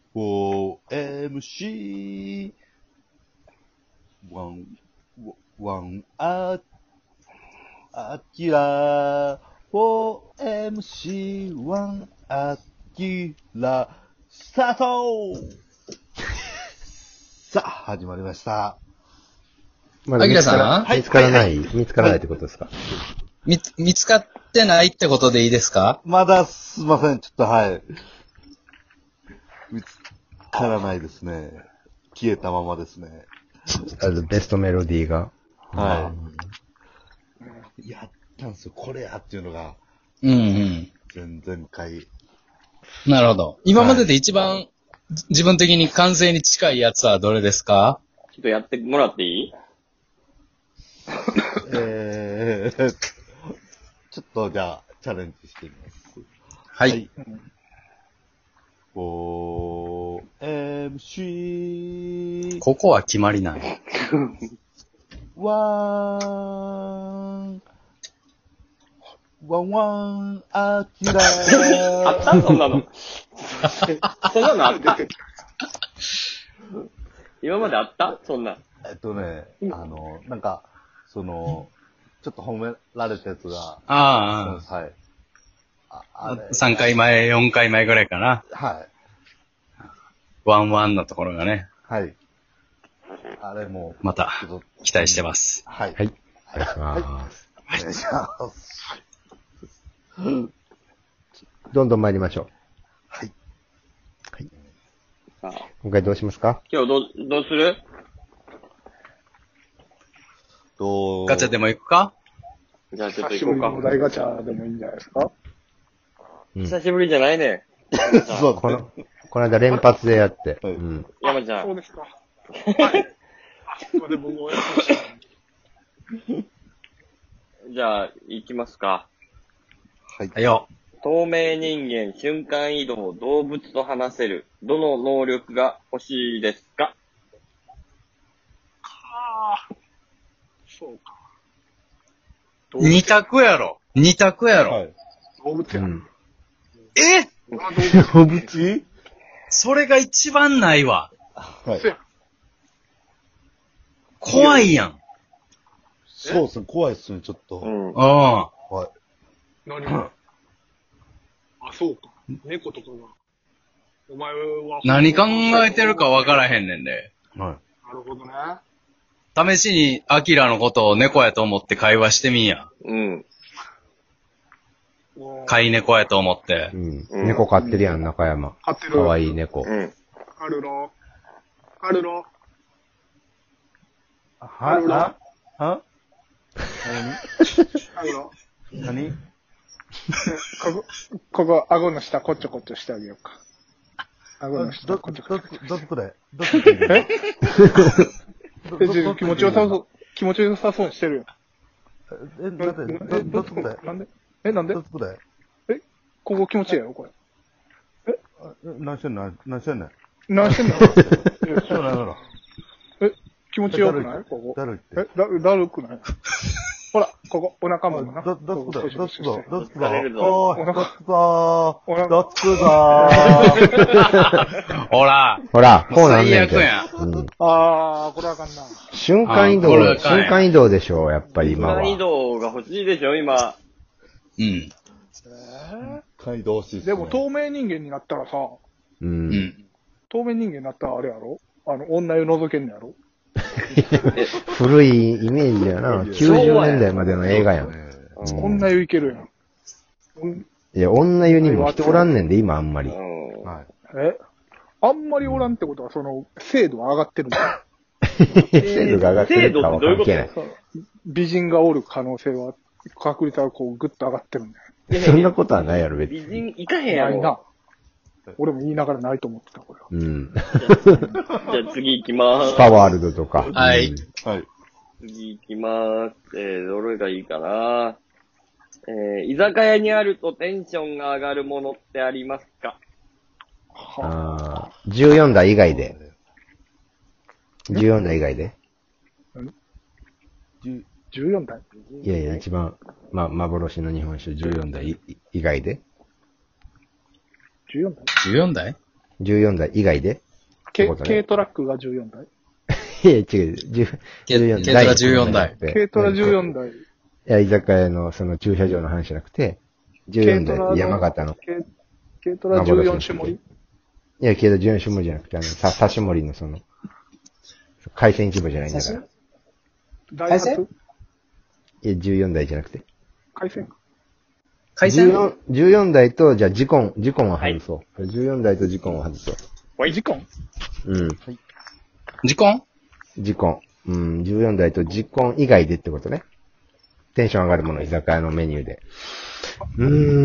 4MC、ワン、あきら、4MC、ワン、あきら、スタートさあ、始まりました。 まだ見つからないってことですか？ 見つかってないってことでいいですか？ まだすいません、ちょっとはい。見つからないですね。消えたままですね。 ベストメロディーが。 はい。やったんですよ、これやっていうのが。 うんうん。 前々回。 なるほど。今までで一番、自分的に完成に近いやつはどれですか？ ちょっとやってもらっていい？ ちょっとじゃあ、チャレンジしてみます。 はい。 4MC。 ここは決まりない。 ワン、あきらー。 あったそんなの。そんなのあった今まであったそんな。 なんか、ちょっと褒められたやつが。 はい。3回前、4回前ぐらいかな。 はい。 ワンワンのところがね。 はい。あれも。 また、期待してます。 はい。 はい。お願いします。 お願いします。 どんどん参りましょう。 はい。 はい。さあ今回どうしますか？ 今日どうする？ ガチャでも行くか？ じゃあちょっと行こうか。 お題ガチャでもいいんじゃないですか？ 久しぶりじゃないね。 そう、 この間連発でやって。 うん。 山ちゃん。 そうですか。はい。でももうやってました。 じゃあ、行きますか。 はい。 はいよ。 透明人間、瞬間移動、動物と話せる。どの能力が欲しいですか？ そうか。 二択やろ。 はい。 動物や。 動物？ それが一番ないわ。 はい。 怖いやん。 そうですね、怖いっすね、ちょっと。 ああ。 はい。 何が？そうか。猫とかが。お前は。 何考えてるか分からへんねんで。 はい。 なるほどね。 試しに、アキラのことを猫やと思って会話してみんや。 うん。 飼い猫やと思って。 猫飼ってるやん、中山。 飼ってる。 かわいい猫。 うん。 カルロ。カルロ。 はカルロ。 何ここ、顎の下、こっちょこっちょしてあげようか。顎の下、こっちょこっちょ。 どこで気持ちよさそうにしてるよ。 なんでここ気持ちいいやろ、これ。 何してんの気持ちよくないここ。 だるいって。 だるくないほら、ここ、お腹もな。 どつくぞ。 お腹ほら、 こうなんねんて。 最悪やん。 これあかんな。 瞬間移動でしょ、やっぱり今は。 瞬間移動が欲しいでしょ、今。 うん。 街道しいっすね。 でも透明人間になったらさ、透明人間になったらあれやろ？女湯覗けんのやろ？ 古いイメージやな。90年代までの映画やん。 女湯いけるやん。 いや、女湯にも人おらんねんで、今あんまり。 あんまりおらんってことは、精度は上がってるんだ。 精度が上がってるかは関係ない。 美人がおる可能性は、確率はこう、ぐっと上がってるんだよ。 そんなことはないやろ、別に。 美人いかへんやろ。 ないな。俺も言いながらないと思ってた、これは。 じゃあ次行きまーす。 パワールドとか。 はい。 次行きまーす。どれがいいかな。居酒屋にあるとテンションが上がるものってありますか ？14代以外で。14代以外で。 14代？ いやいや、一番、幻の日本酒14代以外で。 14代？ 14代 14台以外で軽ことねトラックが14台いや、違う、14 軽トラ14台。 軽トラ14台。 いや、居酒屋のその駐車場の話じゃなくて、14台、山形の。 軽トラ14種盛りいや、軽トラ14種盛りじゃなくて、刺し盛りのその、海鮮市場じゃないんだから。 ダイハツいや、14台じゃなくて。 海鮮海鮮 14台と、じゃあ、ジコンは外そう。14台とジコンは外そう。 ジコンうん。 時間ジコン。うん、14台とジコン以外でってことね。テンション上がるもの、居酒屋のメニューで。 フ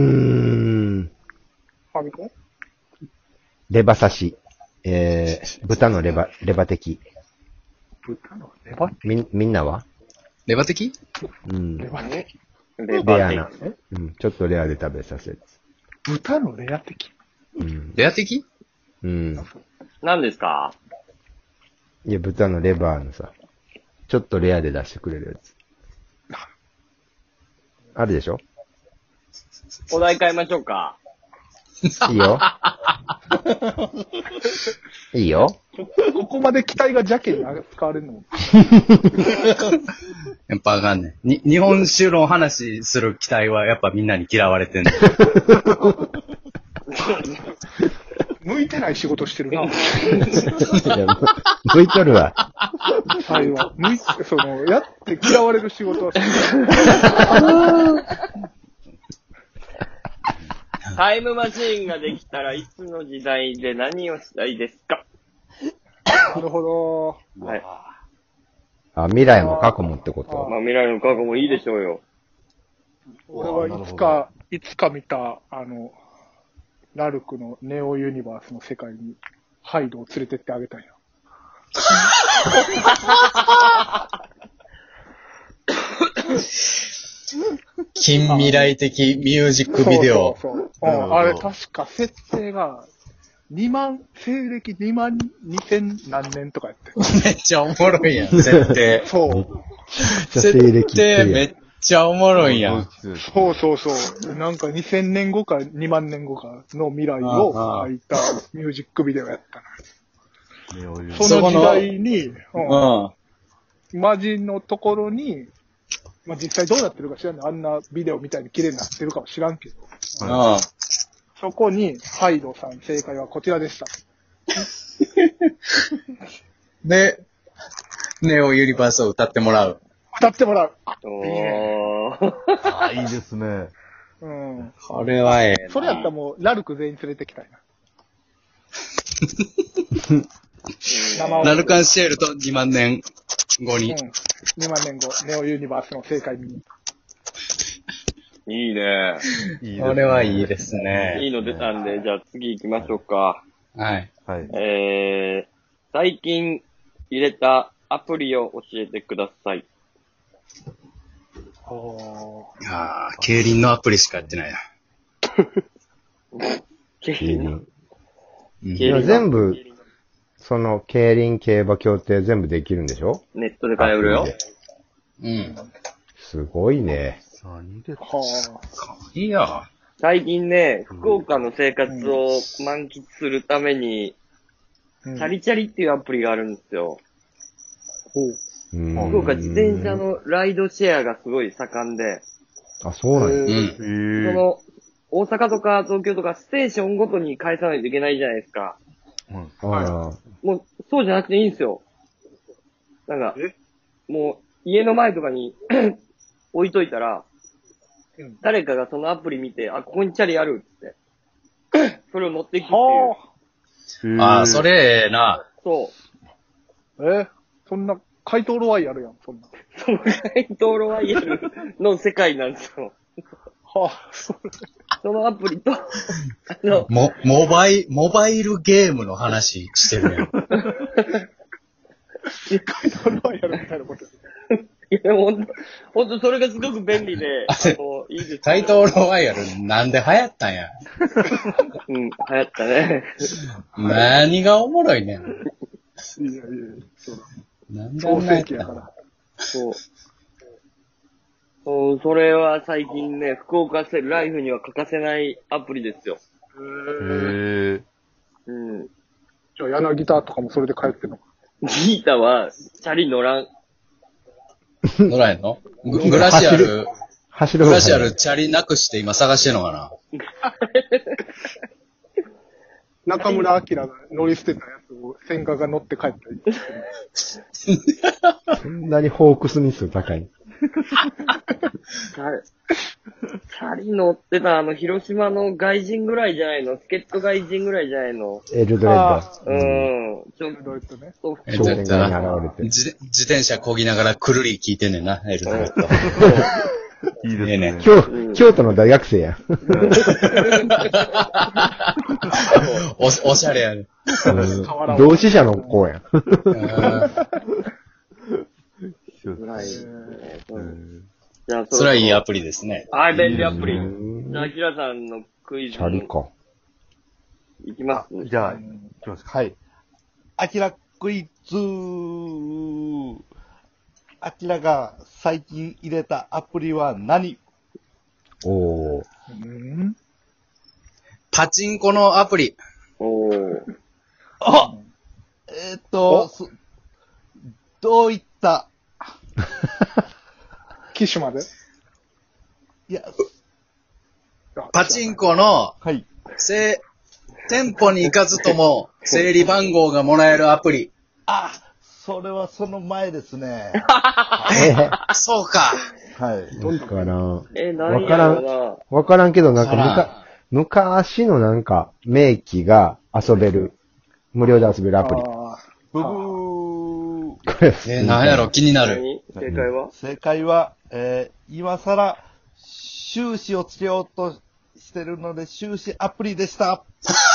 ァミコンレバ刺し。豚のレバ的。 豚のレバみんなはレバ的うん。 レバ的レアな。うん。ちょっとレアで食べさせる。 豚のレア的うん。 レア的うん。 何ですか？ いや、豚のレバーのさ、ちょっとレアで出してくれるやつ。あるでしょ？ お題変えましょうか。 いいよ。いいよ。 ここまで機体が邪気に使われるのも。 やっぱあかんねん。日本酒の話する期待はやっぱみんなに嫌われてんねん。 向いてない仕事してるな。 いや向いとるわ。 はいは。やって嫌われる仕事はしてタイムマシーンができたらいつの時代で何をしたいですか？ なるほど。 はい。 あ、未来も過去もってことまあ未来の過去もいいでしょうよ。 俺はいつか見た、ラルクのネオユニバースの世界にハイドを連れてってあげたいな。 近未来的ミュージックビデオ。 そう。あれ確か設定が西暦2万2000何年とかやって。 めっちゃおもろいやん、設定。 そう。 設定めっちゃおもろいやん。 そう。なんか2000年後か2万年後かの未来を描いたミュージックビデオやったな。その時代に、マジのところに、まあ、実際どうなってるか知らんねん。あんなビデオみたいに綺麗になってるかは知らんけど。そこに、ハイドさん、正解はこちらでした。 で、ネオユニバースを歌ってもらう。 歌ってもらう。 いいですね。 うん。 これはええな。 それやったらもう、ラルク全員連れてきたいな。 ラルカンシエルと2万年後に。 2万年後、ネオユニバースの正解見に。 いいね。 これはいいですね。 いいの出たんで、じゃあ次行きましょうか。 はい。 最近入れたアプリを教えてください。 競輪のアプリしかやってないな。 競輪。 いや、全部、その、競輪、競馬、競艇全部できるんでしょ？ ネットで買えるよ。 うん。 すごいね。 いいよ。 最近ね、福岡の生活を満喫するために、チャリチャリっていうアプリがあるんですよ。福岡自転車のライドシェアがすごい盛んで。 あ、そうなんや。 その、大阪とか東京とかステーションごとに返さないといけないじゃないですか。もう、そうじゃなくていいんですよ。なんか、もう、家の前とかに置いといたら、誰かがそのアプリ見て、あ、ここにチャリあるって。それを乗ってきてっていう。 それええな。 そう。 そんな、怪盗ロワイヤルやん、そんな。 その怪盗ロワイヤルの世界なんですよ。そのアプリと、 モバイルゲームの話してるやん。 怪盗ロワイヤルみたいなこと。 いや、ほんとそれがすごく便利で、いいです。 怪盗ロワイヤルなんで流行ったんや。 流行ったね。 何がおもろいねん。 いや、そうだ。 なんであんなやったやから。 そう。それは最近ね、福岡ライフには欠かせないアプリですよ。 柳田とかもそれで帰ってんのか。 ギータは、チャリ乗らん。 乗らへんのグラシアル、 走る方が早いグラシアルチャリなくして今探してんのかな中村明が乗り捨てたやつを千賀が乗って帰ったり。 そんなにホークスミス高い。 チャリ乗ってた広島の外人ぐらいじゃないの？助っ人外人ぐらいじゃないの？ エルドレッド。 ちょっどうやってね。 と、 商店街に現れて。 自転車漕ぎながらくるり聞いてんねんな、エルドレッド。 いいですね。 京都の大学生や。 おしゃれやね。 同志社の子や。 ぐらいですね。じゃあ、 それはいいアプリですね。 はい、便利アプリ。じゃあ、キラさんのクイズ。 チャリか。 いきますじゃあ、いきます。はい。アキラクイズアキラが最近入れたアプリは何？ おー。 パチンコのアプリ。 おー。 あどういった機種までいや、 パチンコの、 はい。 店舗に行かずとも、整理番号がもらえるアプリ。 あ、それはその前ですね。 そうか。 はい。 どうかな。 何やろうな。 わからんけど、なんか昔のなんか、名機が遊べる。無料で遊べるアプリ。 ブブー。 何やろ、気になる。 正解は正解は、今更、収支をつけようとしてるので、収支アプリでした。